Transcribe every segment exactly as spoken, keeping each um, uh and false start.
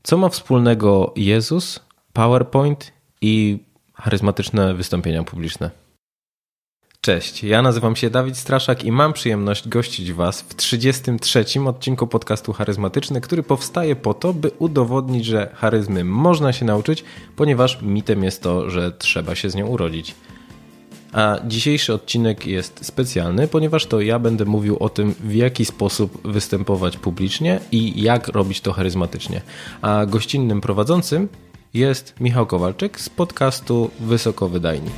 Co ma wspólnego Jezus, PowerPoint i charyzmatyczne wystąpienia publiczne? Cześć, ja nazywam się Dawid Straszak i mam przyjemność gościć Was w trzydziestym trzecim odcinku podcastu Charyzmatyczny, który powstaje po to, by udowodnić, że charyzmy można się nauczyć, ponieważ mitem jest to, że trzeba się z nią urodzić. A dzisiejszy odcinek jest specjalny, ponieważ to ja będę mówił o tym, w jaki sposób występować publicznie i jak robić to charyzmatycznie. A gościnnym prowadzącym jest Michał Kowalczyk z podcastu Wysokowydajni.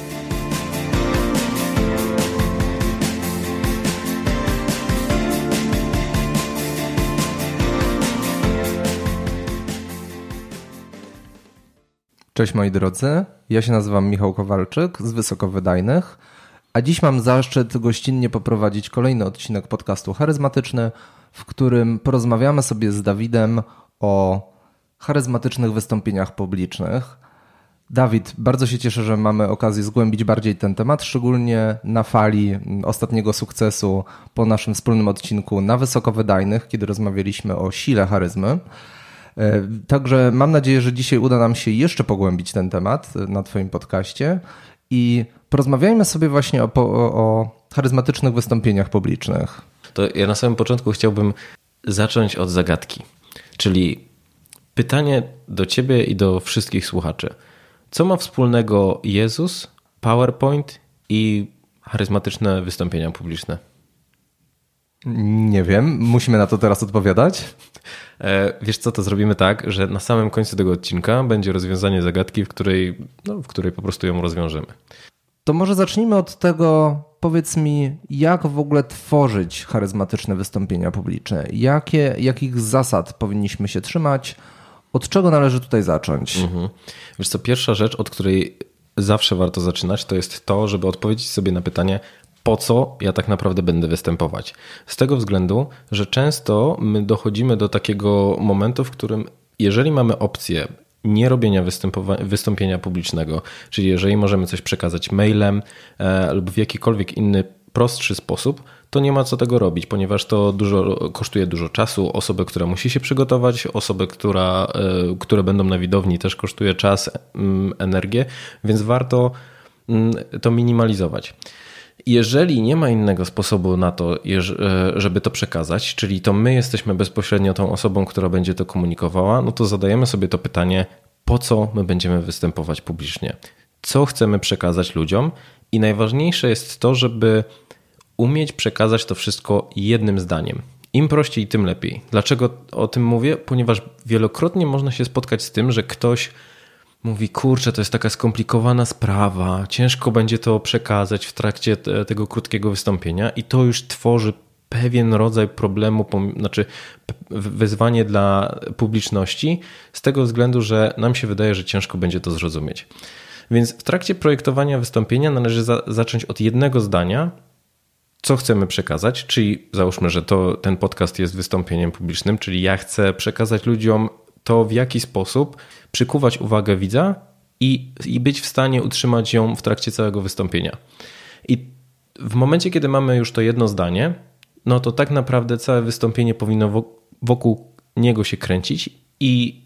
Cześć moi drodzy, ja się nazywam Michał Kowalczyk z Wysokowydajnych, a dziś mam zaszczyt gościnnie poprowadzić kolejny odcinek podcastu Charyzmatyczny, w którym porozmawiamy sobie z Dawidem o charyzmatycznych wystąpieniach publicznych. Dawid, bardzo się cieszę, że mamy okazję zgłębić bardziej ten temat, szczególnie na fali ostatniego sukcesu po naszym wspólnym odcinku na Wysokowydajnych, kiedy rozmawialiśmy o sile charyzmy. Także mam nadzieję, że dzisiaj uda nam się jeszcze pogłębić ten temat na Twoim podcaście i porozmawiajmy sobie właśnie o, o, o charyzmatycznych wystąpieniach publicznych. To ja na samym początku chciałbym zacząć od zagadki, czyli pytanie do Ciebie i do wszystkich słuchaczy. Co ma wspólnego Jezus, PowerPoint i charyzmatyczne wystąpienia publiczne? Nie wiem, musimy na to teraz odpowiadać. Wiesz co, to zrobimy tak, że na samym końcu tego odcinka będzie rozwiązanie zagadki, w której, no, w której po prostu ją rozwiążemy. To może zacznijmy od tego, powiedz mi, jak w ogóle tworzyć charyzmatyczne wystąpienia publiczne? Jakie, jakich zasad powinniśmy się trzymać? Od czego należy tutaj zacząć? Mhm. Wiesz co, pierwsza rzecz, od której zawsze warto zaczynać, to jest to, żeby odpowiedzieć sobie na pytanie, po co ja tak naprawdę będę występować. Z tego względu, że często my dochodzimy do takiego momentu, w którym jeżeli mamy opcję nie robienia wystąpienia publicznego, czyli jeżeli możemy coś przekazać mailem e, lub w jakikolwiek inny prostszy sposób, to nie ma co tego robić, ponieważ to dużo kosztuje dużo czasu. Osobę, która musi się przygotować, osobę, która, e, które będą na widowni, też kosztuje czas, m, energię, więc warto m, to minimalizować. Jeżeli nie ma innego sposobu na to, żeby to przekazać, czyli to my jesteśmy bezpośrednio tą osobą, która będzie to komunikowała, no to zadajemy sobie to pytanie, po co my będziemy występować publicznie? Co chcemy przekazać ludziom? I najważniejsze jest to, żeby umieć przekazać to wszystko jednym zdaniem. Im prościej, tym lepiej. Dlaczego o tym mówię? Ponieważ wielokrotnie można się spotkać z tym, że ktoś mówi, kurczę, to jest taka skomplikowana sprawa, ciężko będzie to przekazać w trakcie tego krótkiego wystąpienia i to już tworzy pewien rodzaj problemu, znaczy wyzwanie dla publiczności z tego względu, że nam się wydaje, że ciężko będzie to zrozumieć. Więc w trakcie projektowania wystąpienia należy za- zacząć od jednego zdania, co chcemy przekazać, czyli załóżmy, że to, ten podcast jest wystąpieniem publicznym, czyli ja chcę przekazać ludziom to, w jaki sposób przykuwać uwagę widza i, i być w stanie utrzymać ją w trakcie całego wystąpienia. I w momencie, kiedy mamy już to jedno zdanie, no to tak naprawdę całe wystąpienie powinno wokół niego się kręcić i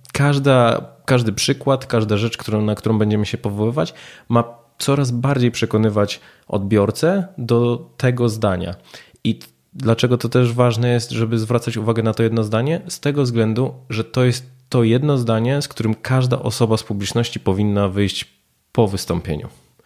każda, każdy przykład, każda rzecz, którą, na którą będziemy się powoływać, ma coraz bardziej przekonywać odbiorcę do tego zdania. I dlaczego to też ważne jest, żeby zwracać uwagę na to jedno zdanie? Z tego względu, że to jest to jedno zdanie, z którym każda osoba z publiczności powinna wyjść po wystąpieniu.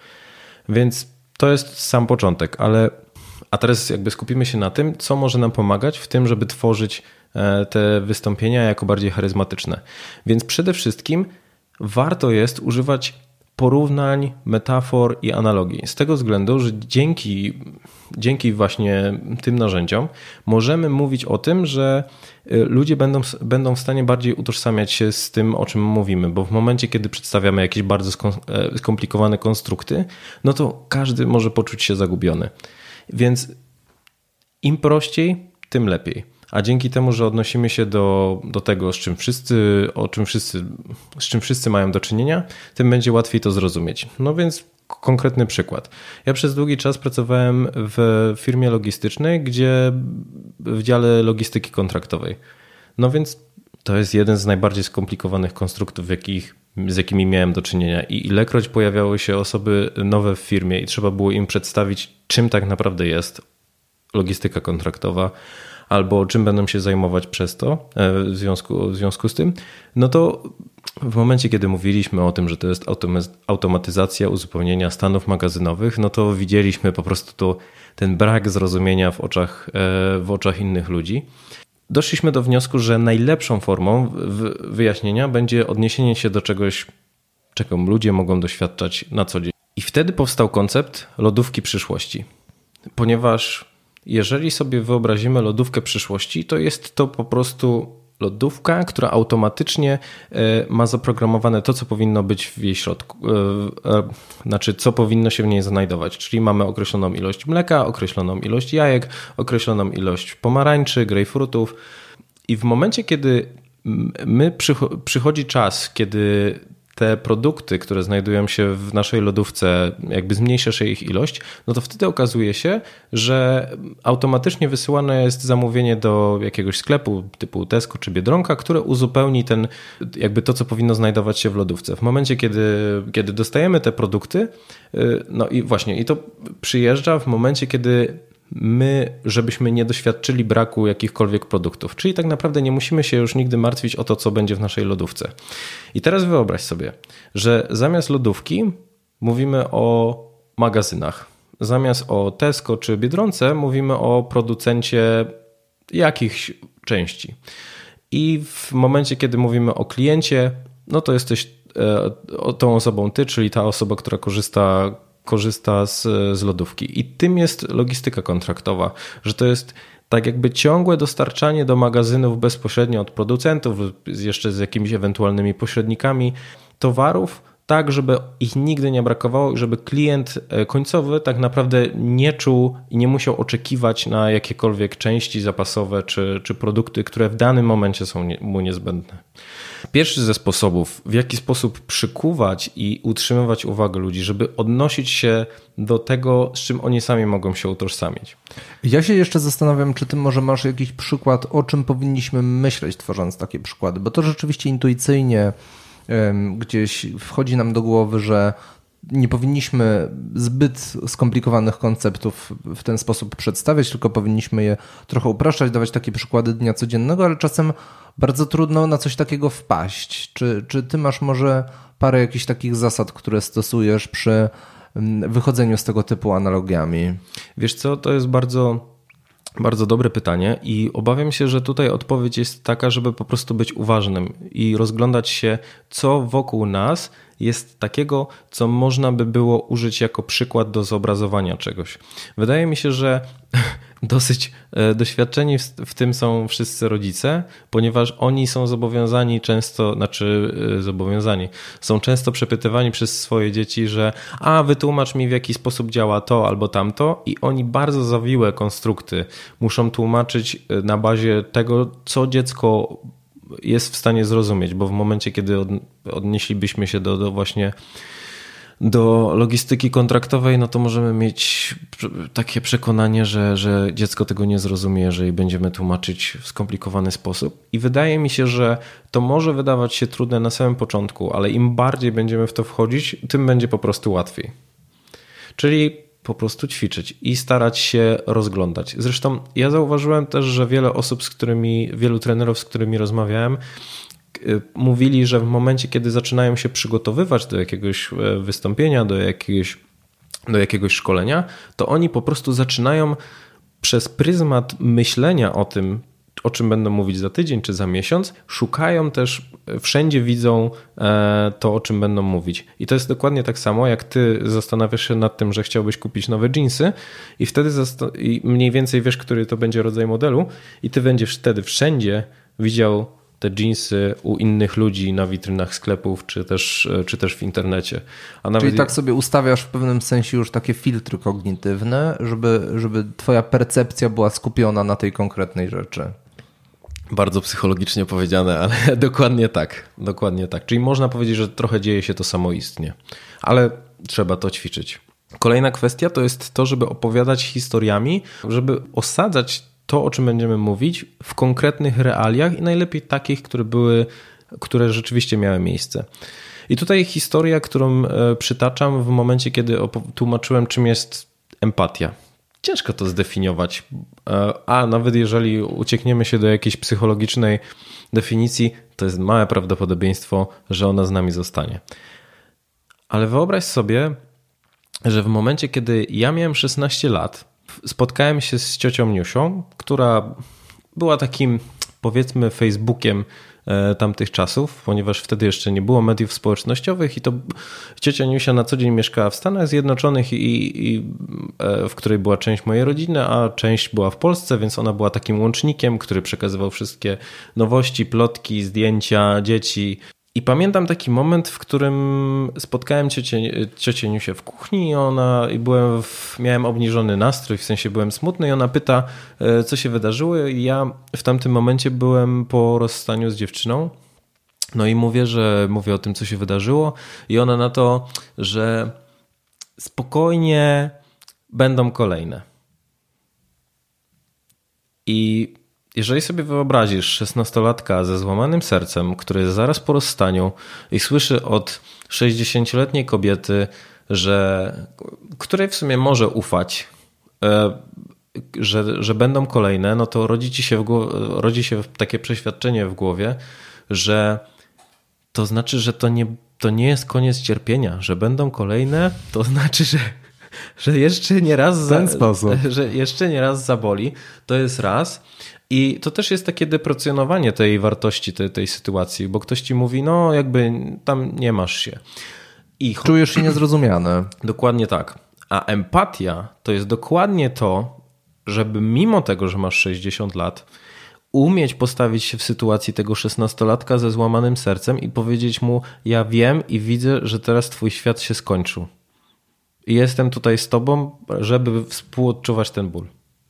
Więc to jest sam początek, ale a teraz jakby skupimy się na tym, co może nam pomagać w tym, żeby tworzyć te wystąpienia jako bardziej charyzmatyczne. Więc przede wszystkim warto jest używać porównań, metafor i analogii. Z tego względu, że dzięki, dzięki właśnie tym narzędziom możemy mówić o tym, że ludzie będą, będą w stanie bardziej utożsamiać się z tym, o czym mówimy, bo w momencie, kiedy przedstawiamy jakieś bardzo skomplikowane konstrukty, no to każdy może poczuć się zagubiony. Więc im prościej, tym lepiej. A dzięki temu, że odnosimy się do, do tego, z czym wszyscy, o czym wszyscy, z czym wszyscy mają do czynienia, tym będzie łatwiej to zrozumieć. No więc konkretny przykład. Ja przez długi czas pracowałem w firmie logistycznej, gdzie w dziale logistyki kontraktowej. No więc to jest jeden z najbardziej skomplikowanych konstruktów, jakich, z jakimi miałem do czynienia. I ilekroć pojawiały się osoby nowe w firmie i trzeba było im przedstawić, czym tak naprawdę jest logistyka kontraktowa, albo czym będą się zajmować przez to w związku, w związku z tym, no to w momencie, kiedy mówiliśmy o tym, że to jest automatyzacja uzupełnienia stanów magazynowych, no to widzieliśmy po prostu to, ten brak zrozumienia w oczach, w oczach innych ludzi. Doszliśmy do wniosku, że najlepszą formą wyjaśnienia będzie odniesienie się do czegoś, czego ludzie mogą doświadczać na co dzień. I wtedy powstał koncept lodówki przyszłości, ponieważ jeżeli sobie wyobrazimy lodówkę przyszłości, to jest to po prostu lodówka, która automatycznie ma zaprogramowane to, co powinno być w jej środku, znaczy co powinno się w niej znajdować. Czyli mamy określoną ilość mleka, określoną ilość jajek, określoną ilość pomarańczy, grejpfrutów i w momencie, kiedy my przychodzi czas, kiedy te produkty, które znajdują się w naszej lodówce, jakby zmniejsza się ich ilość, no to wtedy okazuje się, że automatycznie wysyłane jest zamówienie do jakiegoś sklepu typu Tesco czy Biedronka, które uzupełni ten, jakby to, co powinno znajdować się w lodówce. W momencie, kiedy, kiedy dostajemy te produkty, no i właśnie, i to przyjeżdża w momencie, kiedy my, żebyśmy nie doświadczyli braku jakichkolwiek produktów. Czyli tak naprawdę nie musimy się już nigdy martwić o to, co będzie w naszej lodówce. I teraz wyobraź sobie, że zamiast lodówki mówimy o magazynach. Zamiast o Tesco czy Biedronce mówimy o producencie jakichś części. I w momencie, kiedy mówimy o kliencie, no to jesteś e, tą osobą ty, czyli ta osoba, która korzysta korzysta z, z lodówki. I tym jest logistyka kontraktowa, że to jest tak jakby ciągłe dostarczanie do magazynów bezpośrednio od producentów, jeszcze z jakimiś ewentualnymi pośrednikami towarów, tak żeby ich nigdy nie brakowało i żeby klient końcowy tak naprawdę nie czuł i nie musiał oczekiwać na jakiekolwiek części zapasowe czy, czy produkty, które w danym momencie są mu niezbędne. Pierwszy ze sposobów, w jaki sposób przykuwać i utrzymywać uwagę ludzi, żeby odnosić się do tego, z czym oni sami mogą się utożsamić. Ja się jeszcze zastanawiam, czy ty może masz jakiś przykład, o czym powinniśmy myśleć, tworząc takie przykłady, bo to rzeczywiście intuicyjnie gdzieś wchodzi nam do głowy, że nie powinniśmy zbyt skomplikowanych konceptów w ten sposób przedstawiać, tylko powinniśmy je trochę upraszczać, dawać takie przykłady dnia codziennego, ale czasem bardzo trudno na coś takiego wpaść. Czy, czy ty masz może parę jakichś takich zasad, które stosujesz przy wychodzeniu z tego typu analogiami? Wiesz co, to jest bardzo... Bardzo dobre pytanie i obawiam się, że tutaj odpowiedź jest taka, żeby po prostu być uważnym i rozglądać się, co wokół nas jest takiego, co można by było użyć jako przykład do zobrazowania czegoś. Wydaje mi się, że dosyć doświadczeni w tym są wszyscy rodzice, ponieważ oni są zobowiązani często, znaczy zobowiązani, są często przepytywani przez swoje dzieci, że a wytłumacz mi, w jaki sposób działa to albo tamto, i oni bardzo zawiłe konstrukty muszą tłumaczyć na bazie tego, co dziecko jest w stanie zrozumieć, bo w momencie, kiedy odnieślibyśmy się do, do właśnie do logistyki kontraktowej, no to możemy mieć takie przekonanie, że, że dziecko tego nie zrozumie, jeżeli będziemy tłumaczyć w skomplikowany sposób. I wydaje mi się, że to może wydawać się trudne na samym początku, ale im bardziej będziemy w to wchodzić, tym będzie po prostu łatwiej. Czyli po prostu ćwiczyć i starać się rozglądać. Zresztą ja zauważyłem też, że wiele osób, z którymi, wielu trenerów, z którymi rozmawiałem, mówili, że w momencie, kiedy zaczynają się przygotowywać do jakiegoś wystąpienia, do jakiegoś, do jakiegoś szkolenia, to oni po prostu zaczynają przez pryzmat myślenia o tym, o czym będą mówić za tydzień czy za miesiąc, szukają też, wszędzie widzą to, o czym będą mówić. I to jest dokładnie tak samo, jak ty zastanawiasz się nad tym, że chciałbyś kupić nowe dżinsy i wtedy zasta- i mniej więcej wiesz, który to będzie rodzaj modelu i ty będziesz wtedy wszędzie widział te dżinsy u innych ludzi na witrynach sklepów, czy też, czy też w internecie. A nawet... Czyli tak sobie ustawiasz w pewnym sensie już takie filtry kognitywne, żeby, żeby twoja percepcja była skupiona na tej konkretnej rzeczy. Bardzo psychologicznie powiedziane, ale dokładnie tak. Dokładnie tak. Czyli można powiedzieć, że trochę dzieje się to samoistnie, ale trzeba to ćwiczyć. Kolejna kwestia to jest to, żeby opowiadać historiami, żeby osadzać to, o czym będziemy mówić, w konkretnych realiach i najlepiej takich, które były, które rzeczywiście miały miejsce. I tutaj historia, którą przytaczam w momencie, kiedy tłumaczyłem, czym jest empatia. Ciężko to zdefiniować, a nawet jeżeli uciekniemy się do jakiejś psychologicznej definicji, to jest małe prawdopodobieństwo, że ona z nami zostanie. Ale wyobraź sobie, że w momencie, kiedy ja miałem szesnaście lat, spotkałem się z ciocią Niusią, która była takim, powiedzmy, Facebookiem tamtych czasów, ponieważ wtedy jeszcze nie było mediów społecznościowych i to ciocia Niusia na co dzień mieszkała w Stanach Zjednoczonych i, i w której była część mojej rodziny, a część była w Polsce, więc ona była takim łącznikiem, który przekazywał wszystkie nowości, plotki, zdjęcia, dzieci. I pamiętam taki moment, w którym spotkałem ciocię, ciocię Niusię w kuchni i ona i byłem w, miałem obniżony nastrój, w sensie byłem smutny i ona pyta, co się wydarzyło i ja w tamtym momencie byłem po rozstaniu z dziewczyną. No i mówię, że mówię o tym, co się wydarzyło i ona na to, że spokojnie będą kolejne. I jeżeli sobie wyobrazisz szesnastolatka ze złamanym sercem, który jest zaraz po rozstaniu i słyszy od sześćdziesięcioletniej kobiety, że, której w sumie może ufać, że, że będą kolejne, no to rodzi ci się w głowie, rodzi się takie przeświadczenie w głowie, że to znaczy, że to nie, to nie jest koniec cierpienia, że będą kolejne, to znaczy, że że jeszcze nie raz w ten za, sposób. że jeszcze nie raz zaboli, to jest raz. I to też jest takie deprecjonowanie tej wartości tej, tej sytuacji, bo ktoś ci mówi, no jakby tam nie masz się. I czujesz się niezrozumiany. Dokładnie tak. A empatia to jest dokładnie to, żeby mimo tego, że masz sześćdziesiąt lat, umieć postawić się w sytuacji tego szesnastolatka ze złamanym sercem i powiedzieć mu, ja wiem i widzę, że teraz twój świat się skończył. I jestem tutaj z tobą, żeby współodczuwać ten ból.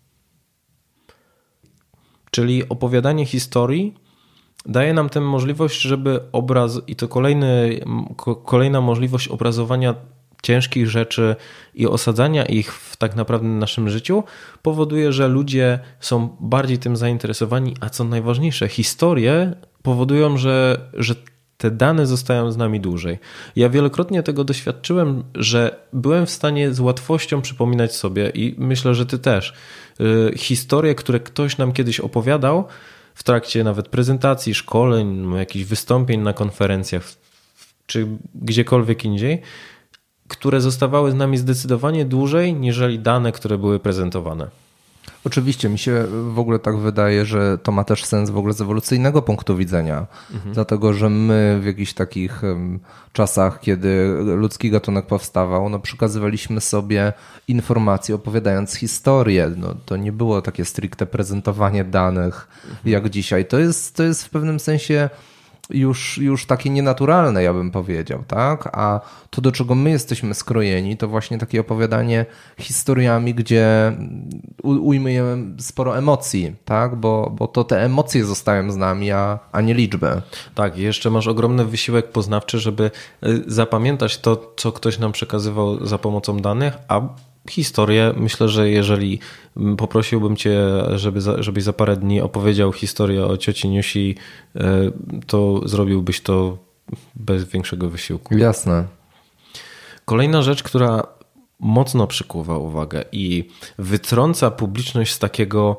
Czyli opowiadanie historii daje nam tę możliwość, żeby obraz, i to kolejny, kolejna możliwość obrazowania ciężkich rzeczy i osadzania ich w tak naprawdę naszym życiu powoduje, że ludzie są bardziej tym zainteresowani, a co najważniejsze, historie powodują, że, że te dane zostają z nami dłużej. Ja wielokrotnie tego doświadczyłem, że byłem w stanie z łatwością przypominać sobie i myślę, że ty też, historie, które ktoś nam kiedyś opowiadał w trakcie nawet prezentacji, szkoleń, jakichś wystąpień na konferencjach czy gdziekolwiek indziej, które zostawały z nami zdecydowanie dłużej niżeli dane, które były prezentowane. Oczywiście, mi się w ogóle tak wydaje, że to ma też sens w ogóle z ewolucyjnego punktu widzenia. Mhm. Dlatego, że my w jakichś takich czasach, kiedy ludzki gatunek powstawał, no przekazywaliśmy sobie informacje opowiadając historię. No, to nie było takie stricte prezentowanie danych mhm. jak dzisiaj. To jest, to jest w pewnym sensie już, już takie nienaturalne, ja bym powiedział, tak? A to, do czego my jesteśmy skrojeni, to właśnie takie opowiadanie historiami, gdzie ujmujemy sporo emocji, tak? Bo, bo to te emocje zostają z nami, a, a nie liczby. Tak, i jeszcze masz ogromny wysiłek poznawczy, żeby zapamiętać to, co ktoś nam przekazywał za pomocą danych, a historię, myślę, że jeżeli poprosiłbym cię, żeby za, żebyś za parę dni opowiedział historię o cioci Niusi, to zrobiłbyś to bez większego wysiłku. Jasne. Kolejna rzecz, która mocno przykuwa uwagę i wytrąca publiczność z takiego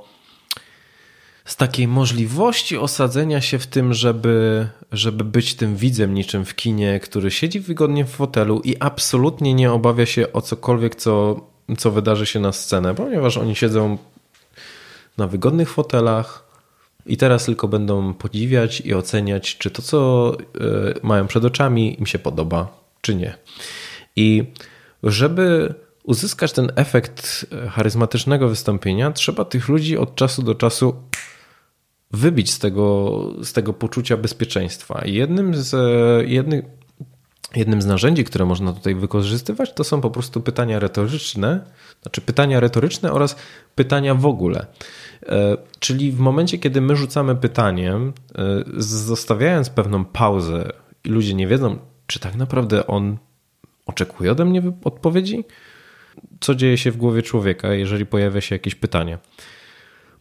z takiej możliwości osadzenia się w tym, żeby, żeby być tym widzem niczym w kinie, który siedzi wygodnie w fotelu i absolutnie nie obawia się o cokolwiek, co, co wydarzy się na scenę, ponieważ oni siedzą na wygodnych fotelach i teraz tylko będą podziwiać i oceniać, czy to, co mają przed oczami, im się podoba, czy nie. I żeby uzyskać ten efekt charyzmatycznego wystąpienia, trzeba tych ludzi od czasu do czasu wybić z tego, z tego poczucia bezpieczeństwa. I jednym z, jednym, jednym z narzędzi, które można tutaj wykorzystywać, to są po prostu pytania retoryczne, znaczy pytania retoryczne oraz pytania w ogóle. Czyli w momencie, kiedy my rzucamy pytaniem, zostawiając pewną pauzę i ludzie nie wiedzą, czy tak naprawdę on oczekuje ode mnie odpowiedzi, co dzieje się w głowie człowieka, jeżeli pojawia się jakieś pytanie.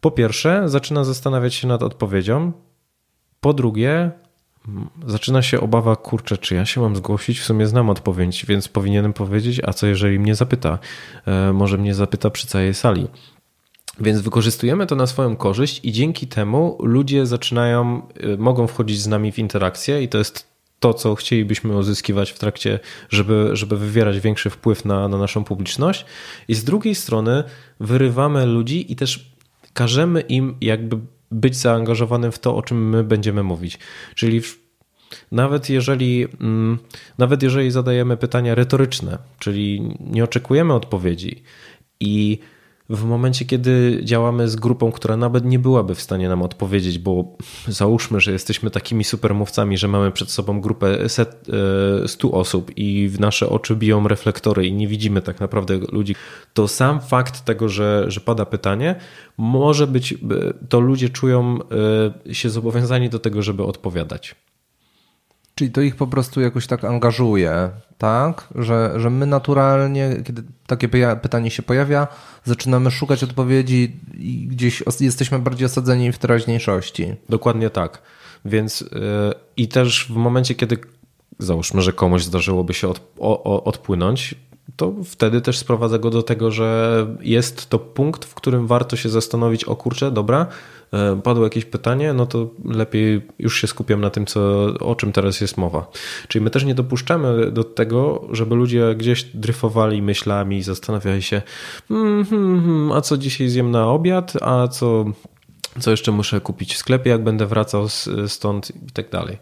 Po pierwsze, zaczyna zastanawiać się nad odpowiedzią. Po drugie, zaczyna się obawa, kurczę, czy ja się mam zgłosić? W sumie znam odpowiedź, więc powinienem powiedzieć, a co jeżeli mnie zapyta? Może mnie zapyta przy całej sali. Więc wykorzystujemy to na swoją korzyść i dzięki temu ludzie zaczynają, mogą wchodzić z nami w interakcję i to jest to, co chcielibyśmy uzyskiwać w trakcie, żeby, żeby wywierać większy wpływ na, na naszą publiczność. I z drugiej strony wyrywamy ludzi i też każemy im jakby być zaangażowanym w to, o czym my będziemy mówić. Czyli w, nawet jeżeli, mm, nawet jeżeli zadajemy pytania retoryczne, czyli nie oczekujemy odpowiedzi i w momencie, kiedy działamy z grupą, która nawet nie byłaby w stanie nam odpowiedzieć, bo załóżmy, że jesteśmy takimi supermówcami, że mamy przed sobą grupę set, stu osób i w nasze oczy biją reflektory i nie widzimy tak naprawdę ludzi, to sam fakt tego, że, że pada pytanie, może być, to ludzie czują się zobowiązani do tego, żeby odpowiadać. Czyli to ich po prostu jakoś tak angażuje, tak? Że, że my naturalnie, kiedy takie pytanie się pojawia, zaczynamy szukać odpowiedzi i gdzieś jesteśmy bardziej osadzeni w teraźniejszości. Dokładnie tak. Więc yy, i też w momencie, kiedy załóżmy, że komuś zdarzyłoby się od, o, odpłynąć, to wtedy też sprowadza go do tego, że jest to punkt, w którym warto się zastanowić, o kurczę, dobra, padło jakieś pytanie, no to lepiej już się skupiam na tym, co, o czym teraz jest mowa. Czyli my też nie dopuszczamy do tego, żeby ludzie gdzieś dryfowali myślami i zastanawiali się, hmm, hmm, hmm, a co dzisiaj zjem na obiad, a co, co jeszcze muszę kupić w sklepie, jak będę wracał stąd i tak dalej.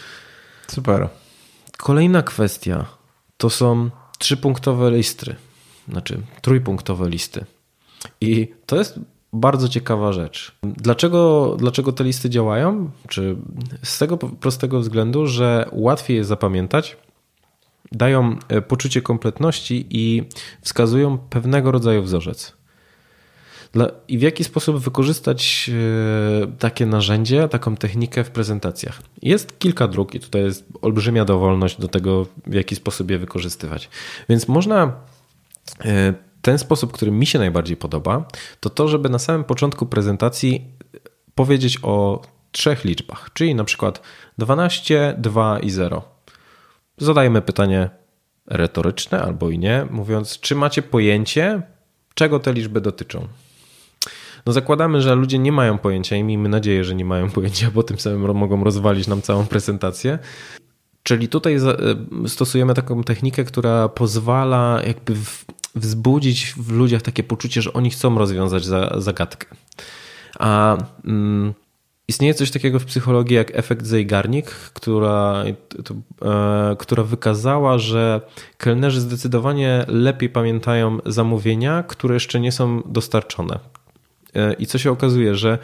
Super. Kolejna kwestia to są trzypunktowe listy, znaczy trójpunktowe listy. I to jest bardzo ciekawa rzecz. Dlaczego, dlaczego te listy działają? Czy z tego prostego względu, że łatwiej je zapamiętać, dają poczucie kompletności i wskazują pewnego rodzaju wzorzec. Dla, I w jaki sposób wykorzystać takie narzędzie, taką technikę w prezentacjach? Jest kilka dróg i tutaj jest olbrzymia dowolność do tego, w jaki sposób je wykorzystywać. Więc można... Ten sposób, który mi się najbardziej podoba, to to, żeby na samym początku prezentacji powiedzieć o trzech liczbach, czyli na przykład dwanaście, dwa i zero. Zadajemy pytanie retoryczne albo i nie, mówiąc, czy macie pojęcie, czego te liczby dotyczą? No zakładamy, że ludzie nie mają pojęcia i miejmy nadzieję, że nie mają pojęcia, bo tym samym mogą rozwalić nam całą prezentację. Czyli tutaj stosujemy taką technikę, która pozwala jakby w wzbudzić w ludziach takie poczucie, że oni chcą rozwiązać zagadkę. A mm, istnieje coś takiego w psychologii jak efekt Zeigarnik, która, to, e, która wykazała, że kelnerzy zdecydowanie lepiej pamiętają zamówienia, które jeszcze nie są dostarczone. E, I co się okazuje, że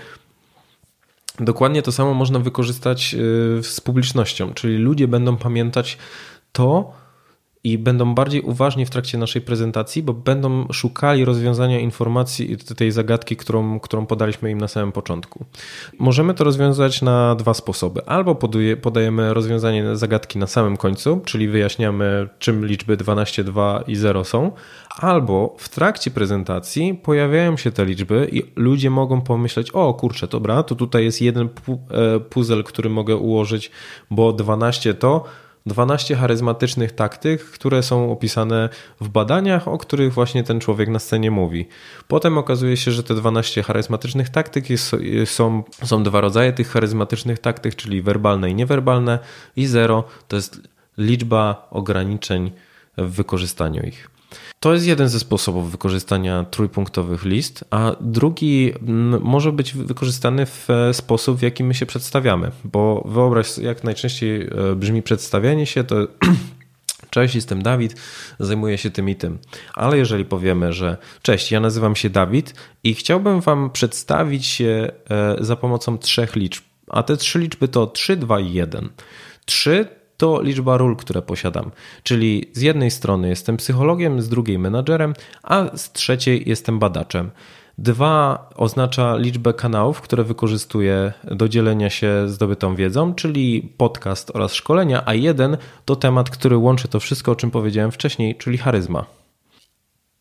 dokładnie to samo można wykorzystać z publicznością, czyli ludzie będą pamiętać to, i będą bardziej uważni w trakcie naszej prezentacji, bo będą szukali rozwiązania informacji tej zagadki, którą, którą podaliśmy im na samym początku. Możemy to rozwiązać na dwa sposoby. Albo podajemy rozwiązanie zagadki na samym końcu, czyli wyjaśniamy, czym liczby dwanaście, dwa i zero są, albo w trakcie prezentacji pojawiają się te liczby i ludzie mogą pomyśleć, o kurczę, dobra, to tutaj jest jeden puzzle, który mogę ułożyć, bo dwanaście to dwanaście charyzmatycznych taktyk, które są opisane w badaniach, o których właśnie ten człowiek na scenie mówi. Potem okazuje się, że te dwanaście charyzmatycznych taktyk jest, są, są dwa rodzaje tych charyzmatycznych taktyk, czyli werbalne i niewerbalne, i zero to jest liczba ograniczeń w wykorzystaniu ich. To jest jeden ze sposobów wykorzystania trójpunktowych list, a drugi może być wykorzystany w sposób, w jaki my się przedstawiamy, bo wyobraź, jak najczęściej brzmi przedstawianie się, to cześć, jestem Dawid, zajmuję się tym i tym. Ale jeżeli powiemy, że cześć, ja nazywam się Dawid i chciałbym wam przedstawić się za pomocą trzech liczb, a te trzy liczby to trzy, dwa i jeden. trzy to liczba ról, które posiadam. Czyli z jednej strony jestem psychologiem, z drugiej menadżerem, a z trzeciej jestem badaczem. Dwa oznacza liczbę kanałów, które wykorzystuję do dzielenia się zdobytą wiedzą, czyli podcast oraz szkolenia, a jeden to temat, który łączy to wszystko, o czym powiedziałem wcześniej, czyli charyzma.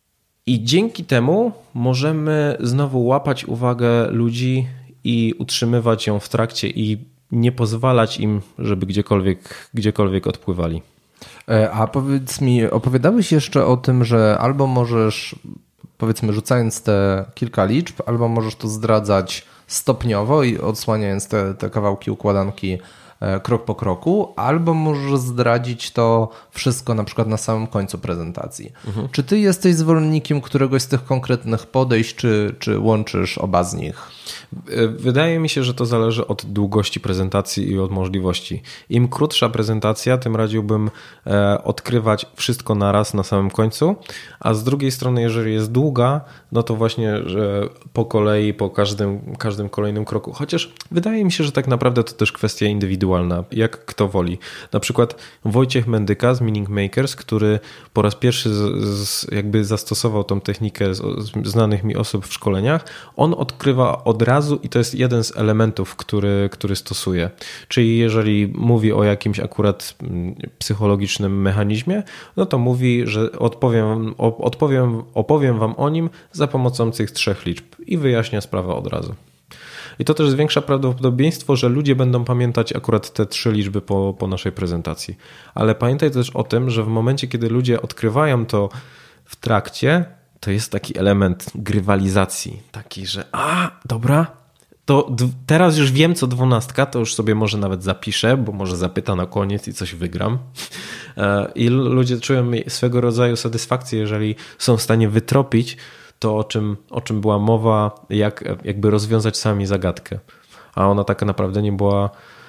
I dzięki temu możemy znowu łapać uwagę ludzi i utrzymywać ją w trakcie i nie pozwalać im, żeby gdziekolwiek, gdziekolwiek odpływali. A powiedz mi, opowiadałeś jeszcze o tym, że albo możesz, powiedzmy rzucając te kilka liczb, albo możesz to zdradzać stopniowo i odsłaniając te, te kawałki układanki krok po kroku, albo możesz zdradzić to wszystko na przykład na samym końcu prezentacji. Mhm. Czy ty jesteś zwolennikiem któregoś z tych konkretnych podejść, czy, czy łączysz oba z nich? Wydaje mi się, że to zależy od długości prezentacji i od możliwości. Im krótsza prezentacja, tym radziłbym odkrywać wszystko naraz na samym końcu, a z drugiej strony, jeżeli jest długa, no to właśnie, że po kolei, po każdym, każdym kolejnym kroku, chociaż wydaje mi się, że tak naprawdę to też kwestia indywidualna, jak kto woli. Na przykład Wojciech Mendyka z Meaning Makers, który po raz pierwszy z, z, jakby zastosował tą technikę z, z znanych mi osób w szkoleniach, on odkrywa od razu i to jest jeden z elementów, który, który stosuje. Czyli jeżeli mówi o jakimś akurat psychologicznym mechanizmie, no to mówi, że odpowiem, odpowiem, opowiem wam o nim za pomocą tych trzech liczb i wyjaśnia sprawę od razu. I to też zwiększa prawdopodobieństwo, że ludzie będą pamiętać akurat te trzy liczby po, po naszej prezentacji. Ale pamiętaj też o tym, że w momencie, kiedy ludzie odkrywają to w trakcie, to jest taki element grywalizacji. Taki, że a, dobra, to d- teraz już wiem co dwunastka, to już sobie może nawet zapiszę, bo może zapyta na koniec i coś wygram. I ludzie czują swego rodzaju satysfakcję, jeżeli są w stanie wytropić to, o czym, o czym była mowa, jak jakby rozwiązać sami zagadkę. A ona tak naprawdę nie była,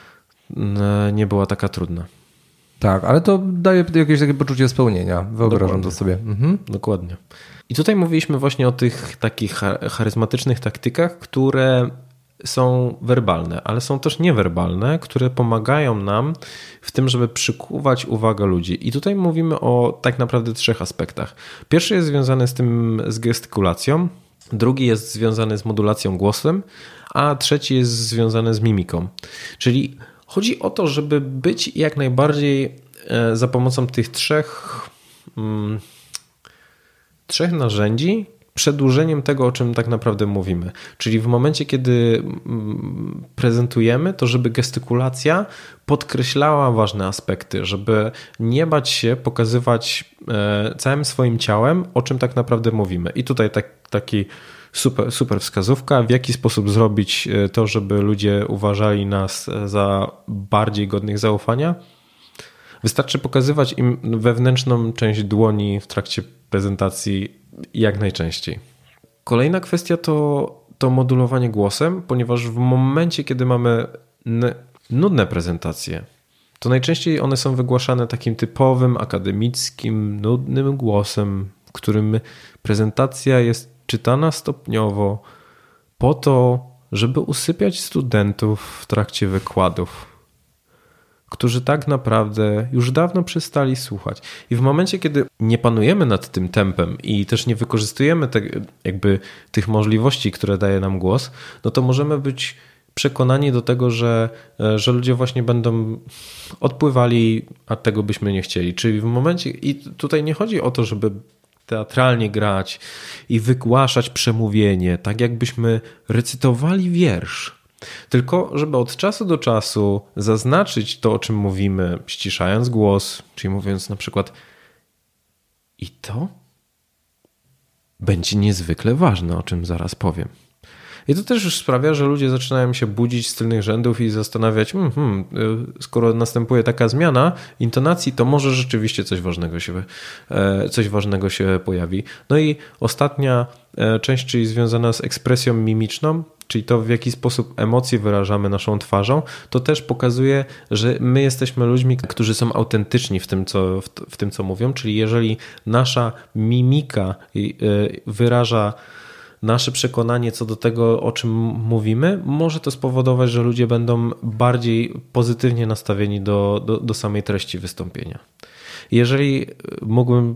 nie była taka trudna. Tak, ale to daje jakieś takie poczucie spełnienia. Wyobrażam Dokładnie. to sobie. Mhm. Dokładnie. I tutaj mówiliśmy właśnie o tych takich charyzmatycznych taktykach, które są werbalne, ale są też niewerbalne, które pomagają nam w tym, żeby przykuwać uwagę ludzi. I tutaj mówimy o tak naprawdę trzech aspektach. Pierwszy jest związany z tym, z gestykulacją, drugi jest związany z modulacją głosem, a trzeci jest związany z mimiką. Czyli chodzi o to, żeby być jak najbardziej za pomocą tych trzech, hmm, trzech narzędzi przedłużeniem tego, o czym tak naprawdę mówimy. Czyli w momencie, kiedy prezentujemy, to żeby gestykulacja podkreślała ważne aspekty, żeby nie bać się pokazywać całym swoim ciałem, o czym tak naprawdę mówimy. I tutaj tak, taki super, super wskazówka, w jaki sposób zrobić to, żeby ludzie uważali nas za bardziej godnych zaufania. Wystarczy pokazywać im wewnętrzną część dłoni w trakcie prezentacji jak najczęściej. Kolejna kwestia to, to modulowanie głosem, ponieważ w momencie, kiedy mamy n- nudne prezentacje, to najczęściej one są wygłaszane takim typowym, akademickim, nudnym głosem, w którym prezentacja jest czytana stopniowo po to, żeby usypiać studentów w trakcie wykładów, którzy tak naprawdę już dawno przestali słuchać. I w momencie, kiedy nie panujemy nad tym tempem i też nie wykorzystujemy te, jakby tych możliwości, które daje nam głos, no to możemy być przekonani do tego, że, że ludzie właśnie będą odpływali, a tego byśmy nie chcieli. Czyli w momencie, i tutaj nie chodzi o to, żeby teatralnie grać i wygłaszać przemówienie, tak jakbyśmy recytowali wiersz, tylko żeby od czasu do czasu zaznaczyć to, o czym mówimy, ściszając głos, czyli mówiąc na przykład i to będzie niezwykle ważne, o czym zaraz powiem. I to też już sprawia, że ludzie zaczynają się budzić z tylnych rzędów i zastanawiać, hmm, skoro następuje taka zmiana intonacji, to może rzeczywiście coś ważnego się, coś ważnego się pojawi. No i ostatnia część, czyli związana z ekspresją mimiczną, czyli to, w jaki sposób emocje wyrażamy naszą twarzą, to też pokazuje, że my jesteśmy ludźmi, którzy są autentyczni w tym, co, w, w tym, co mówią, czyli jeżeli nasza mimika wyraża nasze przekonanie co do tego, o czym mówimy, może to spowodować, że ludzie będą bardziej pozytywnie nastawieni do, do, do samej treści wystąpienia. Jeżeli mógłbym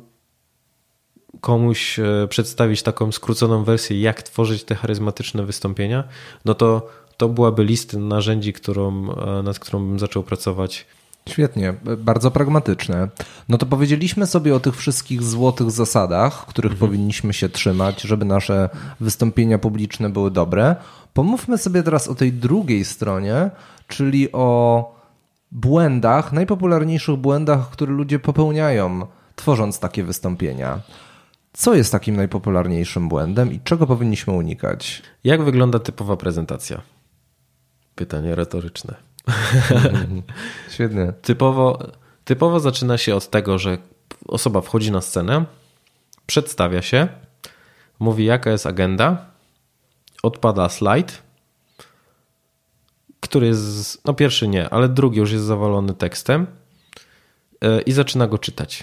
komuś przedstawić taką skróconą wersję, jak tworzyć te charyzmatyczne wystąpienia, no to to byłaby lista narzędzi, którą, nad którą bym zaczął pracować Świetnie, bardzo pragmatyczne. No to powiedzieliśmy sobie o tych wszystkich złotych zasadach, których mhm. powinniśmy się trzymać, żeby nasze wystąpienia publiczne były dobre. Pomówmy sobie teraz o tej drugiej stronie, czyli o błędach, najpopularniejszych błędach, które ludzie popełniają, tworząc takie wystąpienia. Co jest takim najpopularniejszym błędem i czego powinniśmy unikać? Jak wygląda typowa prezentacja? Pytanie retoryczne. Świetnie. Typowo, typowo zaczyna się od tego, że osoba wchodzi na scenę, przedstawia się, mówi jaka jest agenda, odpada slajd, który jest, no pierwszy nie, ale drugi już jest zawalony tekstem i zaczyna go czytać.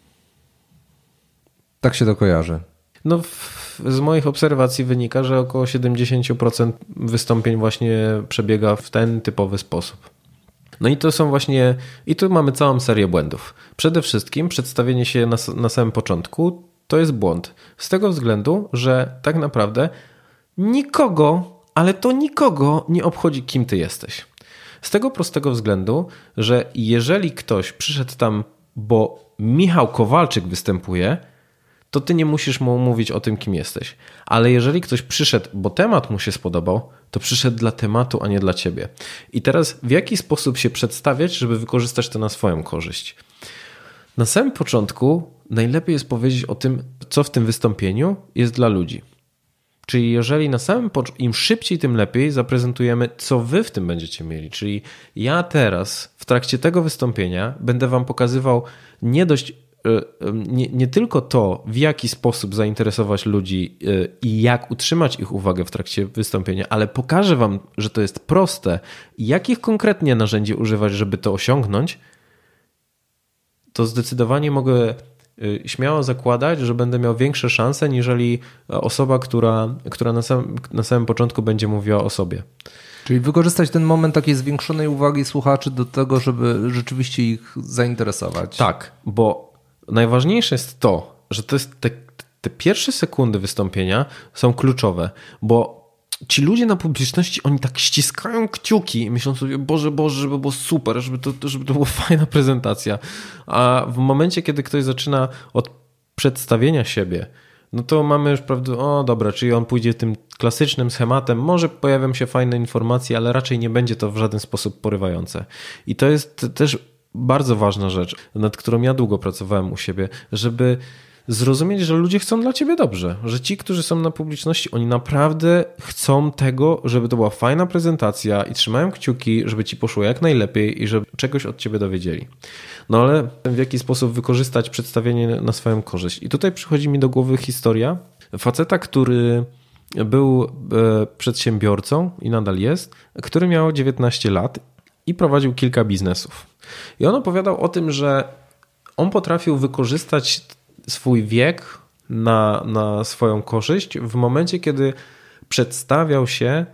Tak się to kojarzy. No w, z moich obserwacji wynika, że około siedemdziesiąt procent wystąpień właśnie przebiega w ten typowy sposób. No i to są właśnie, i tu mamy całą serię błędów. Przede wszystkim przedstawienie się na, na samym początku to jest błąd. Z tego względu, że tak naprawdę nikogo, ale to nikogo nie obchodzi, kim ty jesteś. Z tego prostego względu, że jeżeli ktoś przyszedł tam, bo Michał Kowalczyk występuje, to ty nie musisz mu mówić o tym, kim jesteś. Ale jeżeli ktoś przyszedł, bo temat mu się spodobał, to przyszedł dla tematu, a nie dla ciebie. I teraz w jaki sposób się przedstawiać, żeby wykorzystać to na swoją korzyść? Na samym początku najlepiej jest powiedzieć o tym, co w tym wystąpieniu jest dla ludzi. Czyli jeżeli na samym początku, im szybciej, tym lepiej zaprezentujemy, co wy w tym będziecie mieli. Czyli ja teraz w trakcie tego wystąpienia będę wam pokazywał nie dość Nie, nie tylko to, w jaki sposób zainteresować ludzi i jak utrzymać ich uwagę w trakcie wystąpienia, ale pokażę wam, że to jest proste i jakich konkretnie narzędzi używać, żeby to osiągnąć, to zdecydowanie mogę śmiało zakładać, że będę miał większe szanse, niżeli osoba, która, która na, sam, na samym początku będzie mówiła o sobie. Czyli wykorzystać ten moment takiej zwiększonej uwagi słuchaczy do tego, żeby rzeczywiście ich zainteresować. Tak, bo najważniejsze jest to, że to jest te, te pierwsze sekundy wystąpienia są kluczowe, bo ci ludzie na publiczności, oni tak ściskają kciuki i myślą sobie, Boże, Boże, żeby było super, żeby to, żeby to była fajna prezentacja. A w momencie, kiedy ktoś zaczyna od przedstawienia siebie, no to mamy już prawdę, o dobra, czyli on pójdzie tym klasycznym schematem, może pojawią się fajne informacje, ale raczej nie będzie to w żaden sposób porywające. I to jest też bardzo ważna rzecz, nad którą ja długo pracowałem u siebie, żeby zrozumieć, że ludzie chcą dla ciebie dobrze, że ci, którzy są na publiczności, oni naprawdę chcą tego, żeby to była fajna prezentacja i trzymają kciuki, żeby ci poszło jak najlepiej i żeby czegoś od ciebie dowiedzieli. No ale w jaki sposób wykorzystać przedstawienie na swoją korzyść? I tutaj przychodzi mi do głowy historia faceta, który był przedsiębiorcą i nadal jest, który miał dziewiętnaście lat i prowadził kilka biznesów. I on opowiadał o tym, że on potrafił wykorzystać swój wiek na, na swoją korzyść w momencie, kiedy przedstawiał się,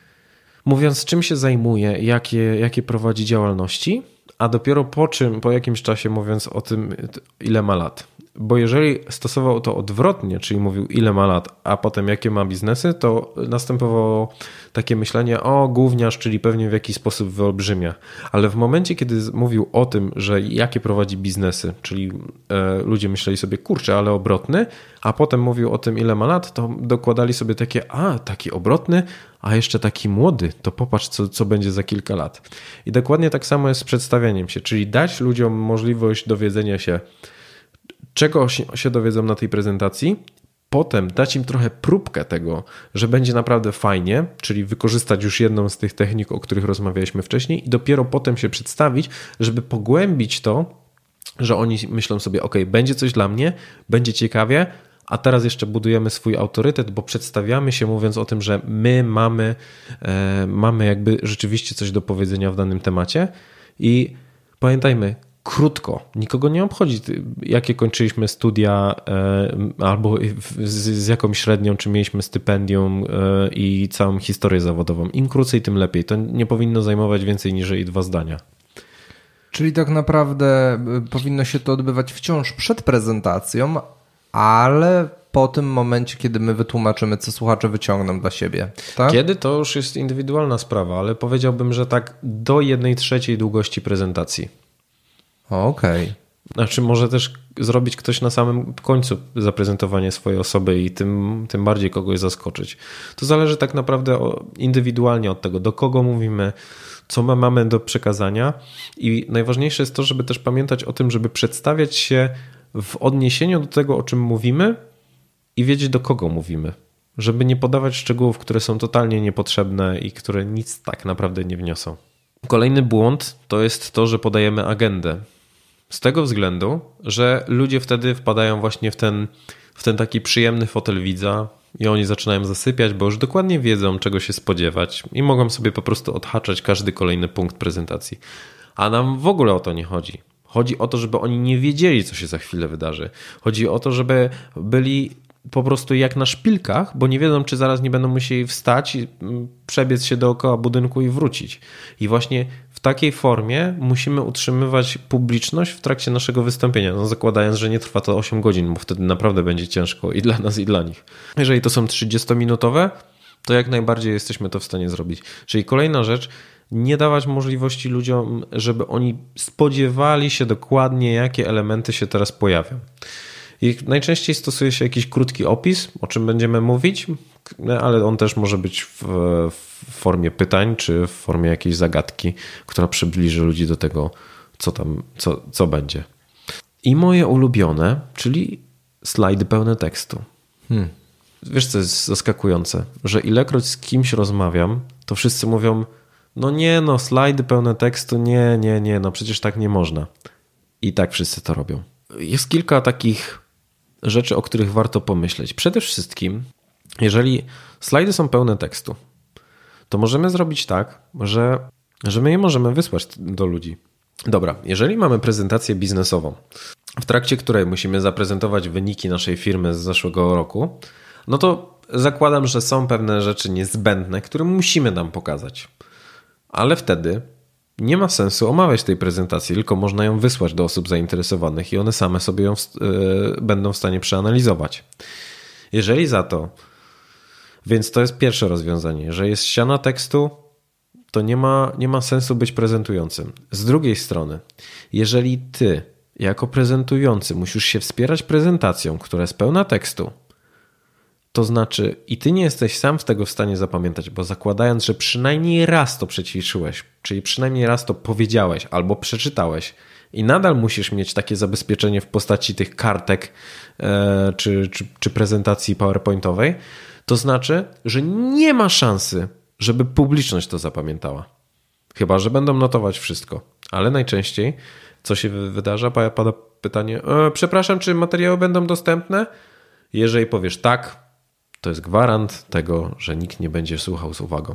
mówiąc, czym się zajmuje, jakie, jakie prowadzi działalności, a dopiero po czym, po jakimś czasie mówiąc o tym, ile ma lat. Bo jeżeli stosował to odwrotnie, czyli mówił ile ma lat, a potem jakie ma biznesy, to następowało takie myślenie, o gówniarz, czyli pewnie w jakiś sposób wyolbrzymia. Ale w momencie, kiedy mówił o tym, że jakie prowadzi biznesy, czyli e, ludzie myśleli sobie, kurczę, ale obrotny, a potem mówił o tym, ile ma lat, to dokładali sobie takie, a taki obrotny, a jeszcze taki młody, to popatrz, co, co będzie za kilka lat. I dokładnie tak samo jest z przedstawianiem się, czyli dać ludziom możliwość dowiedzenia się, czego się dowiedzą na tej prezentacji, potem dać im trochę próbkę tego, że będzie naprawdę fajnie, czyli wykorzystać już jedną z tych technik, o których rozmawialiśmy wcześniej i dopiero potem się przedstawić, żeby pogłębić to, że oni myślą sobie, ok, będzie coś dla mnie, będzie ciekawie, a teraz jeszcze budujemy swój autorytet, bo przedstawiamy się mówiąc o tym, że my mamy, e, mamy jakby rzeczywiście coś do powiedzenia w danym temacie i pamiętajmy, krótko, nikogo nie obchodzi, jakie kończyliśmy studia e, albo z, z jaką średnią, czy mieliśmy stypendium e, i całą historię zawodową. Im krócej, tym lepiej. To nie powinno zajmować więcej niż dwa zdania. Czyli tak naprawdę powinno się to odbywać wciąż przed prezentacją, ale po tym momencie, kiedy my wytłumaczymy, co słuchacze wyciągną dla siebie. Tak? Kiedy to już jest indywidualna sprawa, ale powiedziałbym, że tak do jednej trzeciej długości prezentacji. Okej. Okay. Znaczy może też zrobić ktoś na samym końcu zaprezentowanie swojej osoby i tym, tym bardziej kogoś zaskoczyć. To zależy tak naprawdę indywidualnie od tego, do kogo mówimy, co my mamy do przekazania i najważniejsze jest to, żeby też pamiętać o tym, żeby przedstawiać się w odniesieniu do tego, o czym mówimy i wiedzieć, do kogo mówimy. Żeby nie podawać szczegółów, które są totalnie niepotrzebne i które nic tak naprawdę nie wniosą. Kolejny błąd to jest to, że podajemy agendę. Z tego względu, że ludzie wtedy wpadają właśnie w ten, w ten taki przyjemny fotel widza i oni zaczynają zasypiać, bo już dokładnie wiedzą, czego się spodziewać i mogą sobie po prostu odhaczać każdy kolejny punkt prezentacji. A nam w ogóle o to nie chodzi. Chodzi o to, żeby oni nie wiedzieli, co się za chwilę wydarzy. Chodzi o to, żeby byli po prostu jak na szpilkach, bo nie wiedzą, czy zaraz nie będą musieli wstać, przebiec się dookoła budynku i wrócić. I właśnie w takiej formie musimy utrzymywać publiczność w trakcie naszego wystąpienia, no zakładając, że nie trwa to osiem godzin, bo wtedy naprawdę będzie ciężko i dla nas, i dla nich. Jeżeli to są trzydziestominutowe, to jak najbardziej jesteśmy to w stanie zrobić. Czyli kolejna rzecz, nie dawać możliwości ludziom, żeby oni spodziewali się dokładnie, jakie elementy się teraz pojawią. I najczęściej stosuje się jakiś krótki opis, o czym będziemy mówić, ale on też może być w, w formie pytań, czy w formie jakiejś zagadki, która przybliży ludzi do tego, co tam, co, co będzie. I moje ulubione, czyli slajdy pełne tekstu. Hmm. Wiesz, co jest zaskakujące? Że ilekroć z kimś rozmawiam, to wszyscy mówią, no nie, no slajdy pełne tekstu, nie, nie, nie, no przecież tak nie można. I tak wszyscy to robią. Jest kilka takich rzeczy, o których warto pomyśleć. Przede wszystkim, jeżeli slajdy są pełne tekstu, to możemy zrobić tak, że, że my je możemy wysłać do ludzi. Dobra, jeżeli mamy prezentację biznesową, w trakcie której musimy zaprezentować wyniki naszej firmy z zeszłego roku, no to zakładam, że są pewne rzeczy niezbędne, które musimy nam pokazać. Ale wtedy nie ma sensu omawiać tej prezentacji, tylko można ją wysłać do osób zainteresowanych i one same sobie ją w, yy, będą w stanie przeanalizować. Jeżeli za to, więc to jest pierwsze rozwiązanie, że jest ściana tekstu, to nie ma, nie ma sensu być prezentującym. Z drugiej strony, jeżeli ty jako prezentujący musisz się wspierać prezentacją, która jest pełna tekstu, to znaczy i ty nie jesteś sam w tego w stanie zapamiętać, bo zakładając, że przynajmniej raz to przećwiczyłeś, czyli przynajmniej raz to powiedziałeś albo przeczytałeś i nadal musisz mieć takie zabezpieczenie w postaci tych kartek e, czy, czy, czy prezentacji PowerPointowej, to znaczy, że nie ma szansy, żeby publiczność to zapamiętała. Chyba że będą notować wszystko. Ale najczęściej co się wydarza? Pada pytanie, e, przepraszam, czy materiały będą dostępne? Jeżeli powiesz tak, to jest gwarant tego, że nikt nie będzie słuchał z uwagą.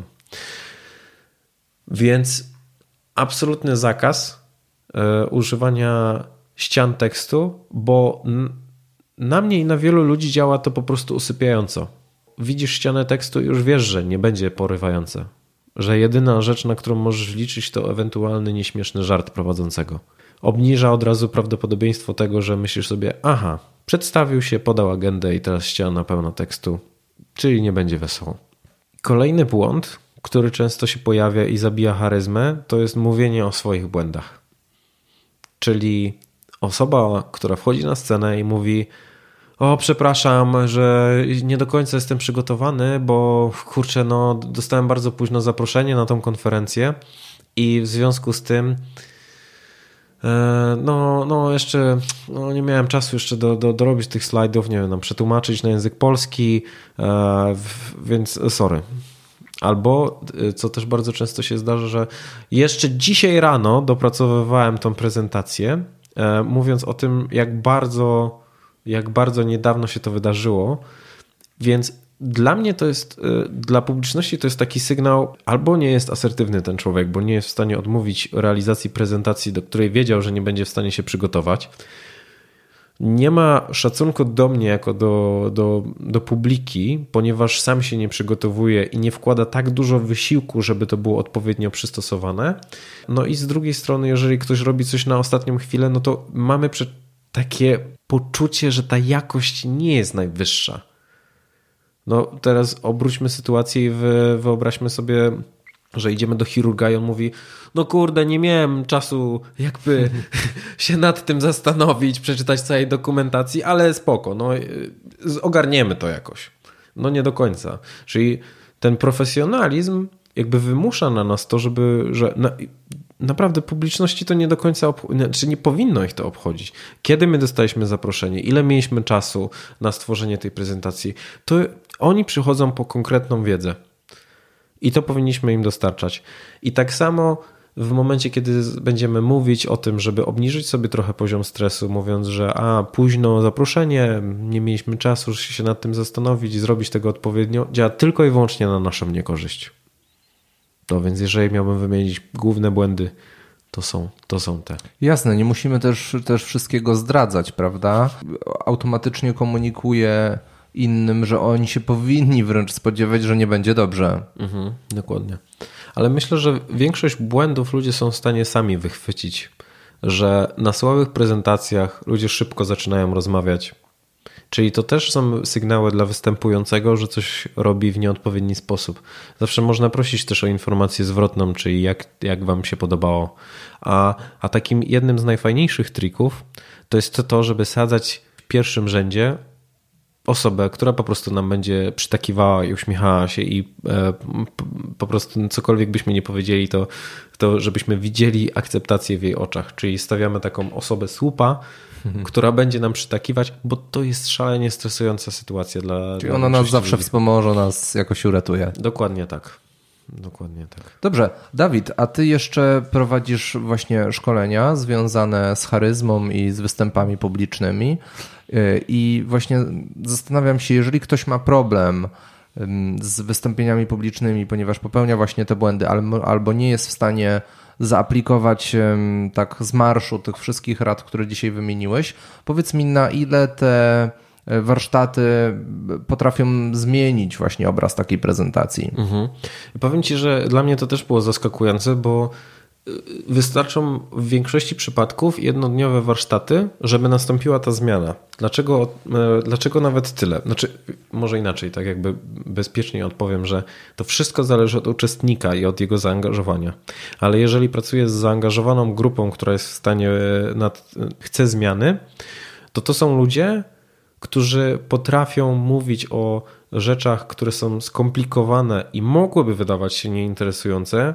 Więc absolutny zakaz e, używania ścian tekstu, bo n- na mnie i na wielu ludzi działa to po prostu usypiająco. Widzisz ścianę tekstu i już wiesz, że nie będzie porywające. Że jedyna rzecz, na którą możesz liczyć, to ewentualny nieśmieszny żart prowadzącego. Obniża od razu prawdopodobieństwo tego, że myślisz sobie, aha, przedstawił się, podał agendę i teraz ściana pełna tekstu, czyli nie będzie wesoło. Kolejny błąd, który często się pojawia i zabija charyzmę, to jest mówienie o swoich błędach. Czyli osoba, która wchodzi na scenę i mówi, o przepraszam, że nie do końca jestem przygotowany, bo kurczę, no dostałem bardzo późno zaproszenie na tą konferencję i w związku z tym No, no jeszcze no nie miałem czasu jeszcze do, do, dorobić tych slajdów, nie wiem, nam przetłumaczyć na język polski, więc sorry. Albo, co też bardzo często się zdarza, że jeszcze dzisiaj rano dopracowywałem tą prezentację, mówiąc o tym, jak bardzo, jak bardzo niedawno się to wydarzyło, więc dla mnie to jest, dla publiczności to jest taki sygnał, albo nie jest asertywny ten człowiek, bo nie jest w stanie odmówić realizacji prezentacji, do której wiedział, że nie będzie w stanie się przygotować. Nie ma szacunku do mnie jako do, do, do publiki, ponieważ sam się nie przygotowuje i nie wkłada tak dużo wysiłku, żeby to było odpowiednio przystosowane. No i z drugiej strony, jeżeli ktoś robi coś na ostatnią chwilę, no to mamy takie poczucie, że ta jakość nie jest najwyższa. No teraz obróćmy sytuację i wyobraźmy sobie że idziemy do chirurga i on mówi, no kurde, nie miałem czasu jakby się nad tym zastanowić, przeczytać całej dokumentacji, ale spoko, no ogarniemy to jakoś. No nie do końca. Czyli ten profesjonalizm jakby wymusza na nas to, żeby, że na, naprawdę publiczności to nie do końca, obch- czy nie powinno ich to obchodzić. Kiedy my dostaliśmy zaproszenie, ile mieliśmy czasu na stworzenie tej prezentacji, to oni przychodzą po konkretną wiedzę. I to powinniśmy im dostarczać. I tak samo w momencie, kiedy będziemy mówić o tym, żeby obniżyć sobie trochę poziom stresu, mówiąc, że a, późno zaproszenie, nie mieliśmy czasu się nad tym zastanowić i zrobić tego odpowiednio, działa tylko i wyłącznie na naszą niekorzyść. No więc jeżeli miałbym wymienić główne błędy, to są, to są te. Jasne, nie musimy też, też wszystkiego zdradzać, prawda? Automatycznie komunikuje innym, że oni się powinni wręcz spodziewać, że nie będzie dobrze. Mhm, dokładnie. Ale myślę, że większość błędów ludzie są w stanie sami wychwycić, że na słabych prezentacjach ludzie szybko zaczynają rozmawiać. Czyli to też są sygnały dla występującego, że coś robi w nieodpowiedni sposób. Zawsze można prosić też o informację zwrotną, czyli jak, jak wam się podobało. A, a takim jednym z najfajniejszych trików to jest to, żeby sadzać w pierwszym rzędzie osobę, która po prostu nam będzie przytakiwała i uśmiechała się i e, po prostu cokolwiek byśmy nie powiedzieli, to, to żebyśmy widzieli akceptację w jej oczach. Czyli stawiamy taką osobę słupa, mhm. która będzie nam przytakiwać, bo to jest szalenie stresująca sytuacja dla Czyli ona nas zawsze wspomoże, nas jakoś uratuje. Dokładnie tak. Dokładnie tak. Dobrze, Dawid, a ty jeszcze prowadzisz właśnie szkolenia związane z charyzmą i z występami publicznymi i właśnie zastanawiam się, jeżeli ktoś ma problem z wystąpieniami publicznymi, ponieważ popełnia właśnie te błędy albo nie jest w stanie zaaplikować tak z marszu tych wszystkich rad, które dzisiaj wymieniłeś, powiedz mi, na ile te warsztaty potrafią zmienić właśnie obraz takiej prezentacji. Mhm. Powiem ci, że dla mnie to też było zaskakujące, bo wystarczą w większości przypadków jednodniowe warsztaty, żeby nastąpiła ta zmiana. Dlaczego, dlaczego nawet tyle? Znaczy, może inaczej, tak jakby bezpiecznie odpowiem, że to wszystko zależy od uczestnika i od jego zaangażowania. Ale jeżeli pracuję z zaangażowaną grupą, która jest w stanie, nad, chce zmiany, to to są ludzie, którzy potrafią mówić o rzeczach, które są skomplikowane i mogłyby wydawać się nieinteresujące,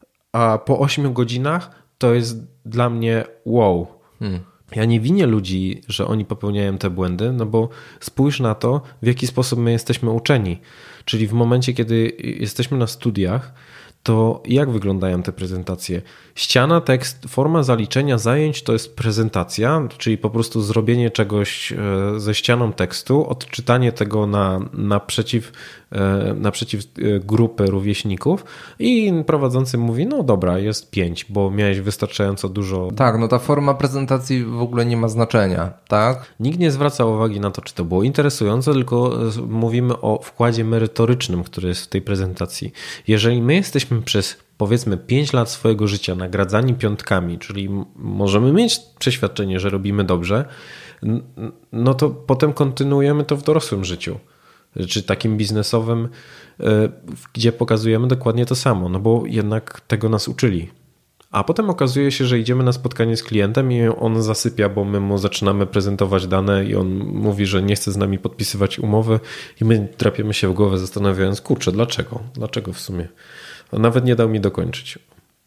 a po ośmiu godzinach to jest dla mnie wow. Hmm. Ja nie winię ludzi, że oni popełniają te błędy, no bo spójrz na to, w jaki sposób my jesteśmy uczeni. Czyli w momencie, kiedy jesteśmy na studiach, to jak wyglądają te prezentacje? Ściana, tekst, forma zaliczenia zajęć to jest prezentacja, czyli po prostu zrobienie czegoś ze ścianą tekstu, odczytanie tego na, naprzeciw, naprzeciw grupy rówieśników i prowadzący mówi, no dobra, jest pięć, bo miałeś wystarczająco dużo. Tak, no ta forma prezentacji w ogóle nie ma znaczenia, tak? Nikt nie zwraca uwagi na to, czy to było interesujące, tylko mówimy o wkładzie merytorycznym, który jest w tej prezentacji. Jeżeli my jesteśmy przez powiedzmy pięć lat swojego życia nagradzani piątkami, czyli możemy mieć przeświadczenie, że robimy dobrze, no to potem kontynuujemy to w dorosłym życiu, czy takim biznesowym, gdzie pokazujemy dokładnie to samo, no bo jednak tego nas uczyli. A potem okazuje się, że idziemy na spotkanie z klientem i on zasypia, bo my mu zaczynamy prezentować dane i on mówi, że nie chce z nami podpisywać umowy i my drapiemy się w głowę zastanawiając, kurczę, dlaczego? Dlaczego w sumie? On nawet nie dał mi dokończyć.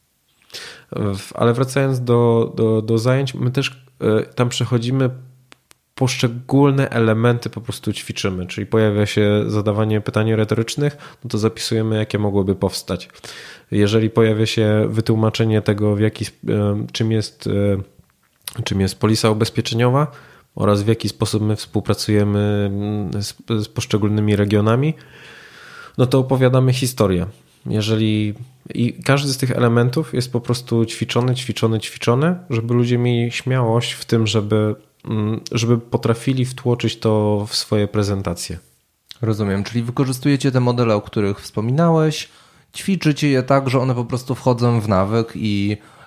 Ale wracając do, do, do zajęć, my też tam przechodzimy poszczególne elementy, po prostu ćwiczymy, czyli pojawia się zadawanie pytań retorycznych, no to zapisujemy, jakie mogłyby powstać. Jeżeli pojawia się wytłumaczenie tego, w jaki, czym jest, czym jest polisa ubezpieczeniowa oraz w jaki sposób my współpracujemy z, z poszczególnymi regionami, no to opowiadamy historię. Jeżeli i każdy z tych elementów jest po prostu ćwiczony, ćwiczony, ćwiczony, żeby ludzie mieli śmiałość w tym, żeby, żeby potrafili wtłoczyć to w swoje prezentacje. Rozumiem, czyli wykorzystujecie te modele, o których wspominałeś, ćwiczycie je tak, że one po prostu wchodzą w nawyk i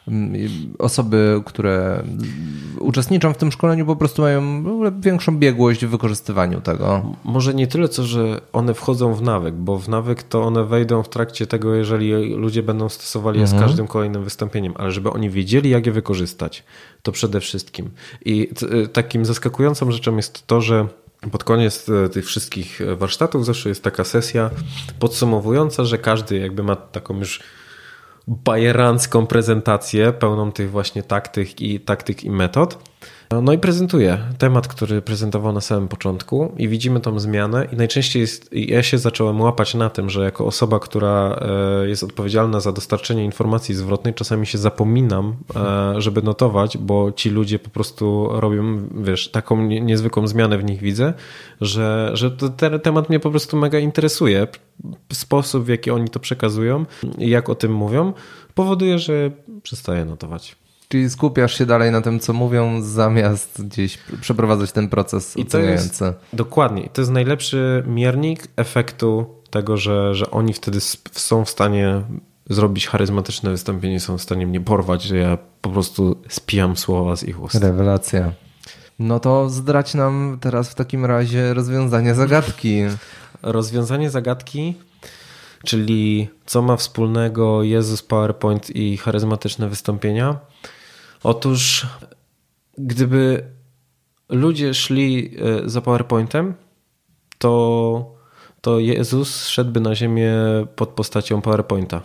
osoby, które uczestniczą w tym szkoleniu, po prostu mają większą biegłość w wykorzystywaniu tego. Może nie tyle, co że one wchodzą w nawyk, bo w nawyk to one wejdą w trakcie tego, jeżeli ludzie będą stosowali je mhm. z każdym kolejnym wystąpieniem, ale żeby oni wiedzieli, jak je wykorzystać, to przede wszystkim. I t- takim zaskakującą rzeczą jest to, że pod koniec tych wszystkich warsztatów zawsze jest taka sesja podsumowująca, że każdy jakby ma taką już bajerancką prezentację pełną tych właśnie taktyk i taktyk i metod. No i prezentuje temat, który prezentował na samym początku i widzimy tą zmianę i najczęściej jest, ja się zacząłem łapać na tym, że jako osoba, która jest odpowiedzialna za dostarczenie informacji zwrotnej, czasami się zapominam, żeby notować, bo ci ludzie po prostu robią, wiesz, taką niezwykłą zmianę w nich widzę, że, że ten temat mnie po prostu mega interesuje. Sposób, w jaki oni to przekazują i jak o tym mówią, powoduje, że przestaję notować. Czyli skupiasz się dalej na tym, co mówią, zamiast gdzieś przeprowadzać ten proces oceniający. Jest, dokładnie. I to jest najlepszy miernik efektu tego, że, że oni wtedy są w stanie zrobić charyzmatyczne wystąpienie, są w stanie mnie porwać, że ja po prostu spijam słowa z ich ust. Rewelacja. No to zdradź nam teraz w takim razie rozwiązanie zagadki. Rozwiązanie zagadki, czyli co ma wspólnego Jezus, PowerPoint i charyzmatyczne wystąpienia? Otóż gdyby ludzie szli za PowerPointem, to, to Jezus szedłby na ziemię pod postacią PowerPointa.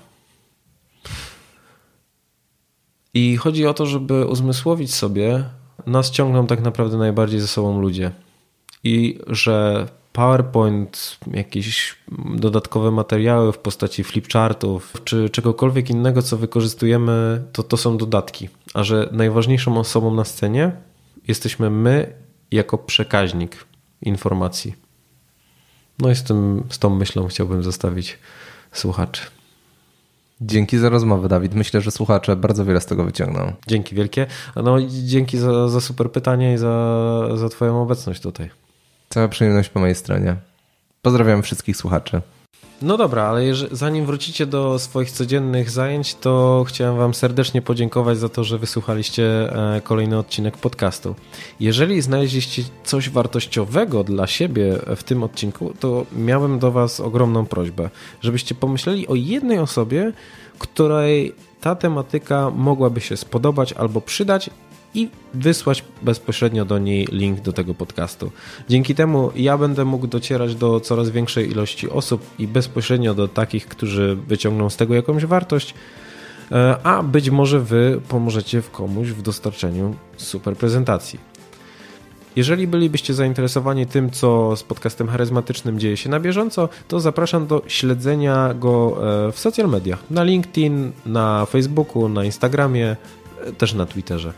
I chodzi o to, żeby uzmysłowić sobie, nas ciągną tak naprawdę najbardziej ze sobą ludzie. I że PowerPoint, jakieś dodatkowe materiały w postaci flipchartów czy czegokolwiek innego, co wykorzystujemy, to to są dodatki. A że najważniejszą osobą na scenie jesteśmy my jako przekaźnik informacji. No i z, tym, z tą myślą chciałbym zostawić słuchaczy. Dzięki za rozmowę, Dawid. Myślę, że słuchacze bardzo wiele z tego wyciągną. Dzięki wielkie. No i dzięki za, za super pytanie i za, za twoją obecność tutaj. Cała przyjemność po mojej stronie. Pozdrawiam wszystkich słuchaczy. No dobra, ale jeżeli, zanim wrócicie do swoich codziennych zajęć, to chciałem wam serdecznie podziękować za to, że wysłuchaliście kolejny odcinek podcastu. Jeżeli znaleźliście coś wartościowego dla siebie w tym odcinku, to miałem do was ogromną prośbę, żebyście pomyśleli o jednej osobie, której ta tematyka mogłaby się spodobać albo przydać i wysłać bezpośrednio do niej link do tego podcastu. Dzięki temu ja będę mógł docierać do coraz większej ilości osób i bezpośrednio do takich, którzy wyciągną z tego jakąś wartość, a być może wy pomożecie w komuś w dostarczeniu super prezentacji. Jeżeli bylibyście zainteresowani tym, co z podcastem charyzmatycznym dzieje się na bieżąco, to zapraszam do śledzenia go w social mediach. Na LinkedIn, na Facebooku, na Instagramie, też na Twitterze.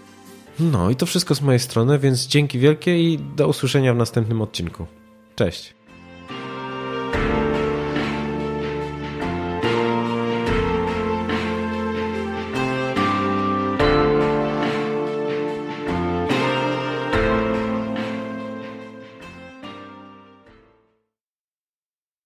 No i to wszystko z mojej strony, więc dzięki wielkie i do usłyszenia w następnym odcinku. Cześć!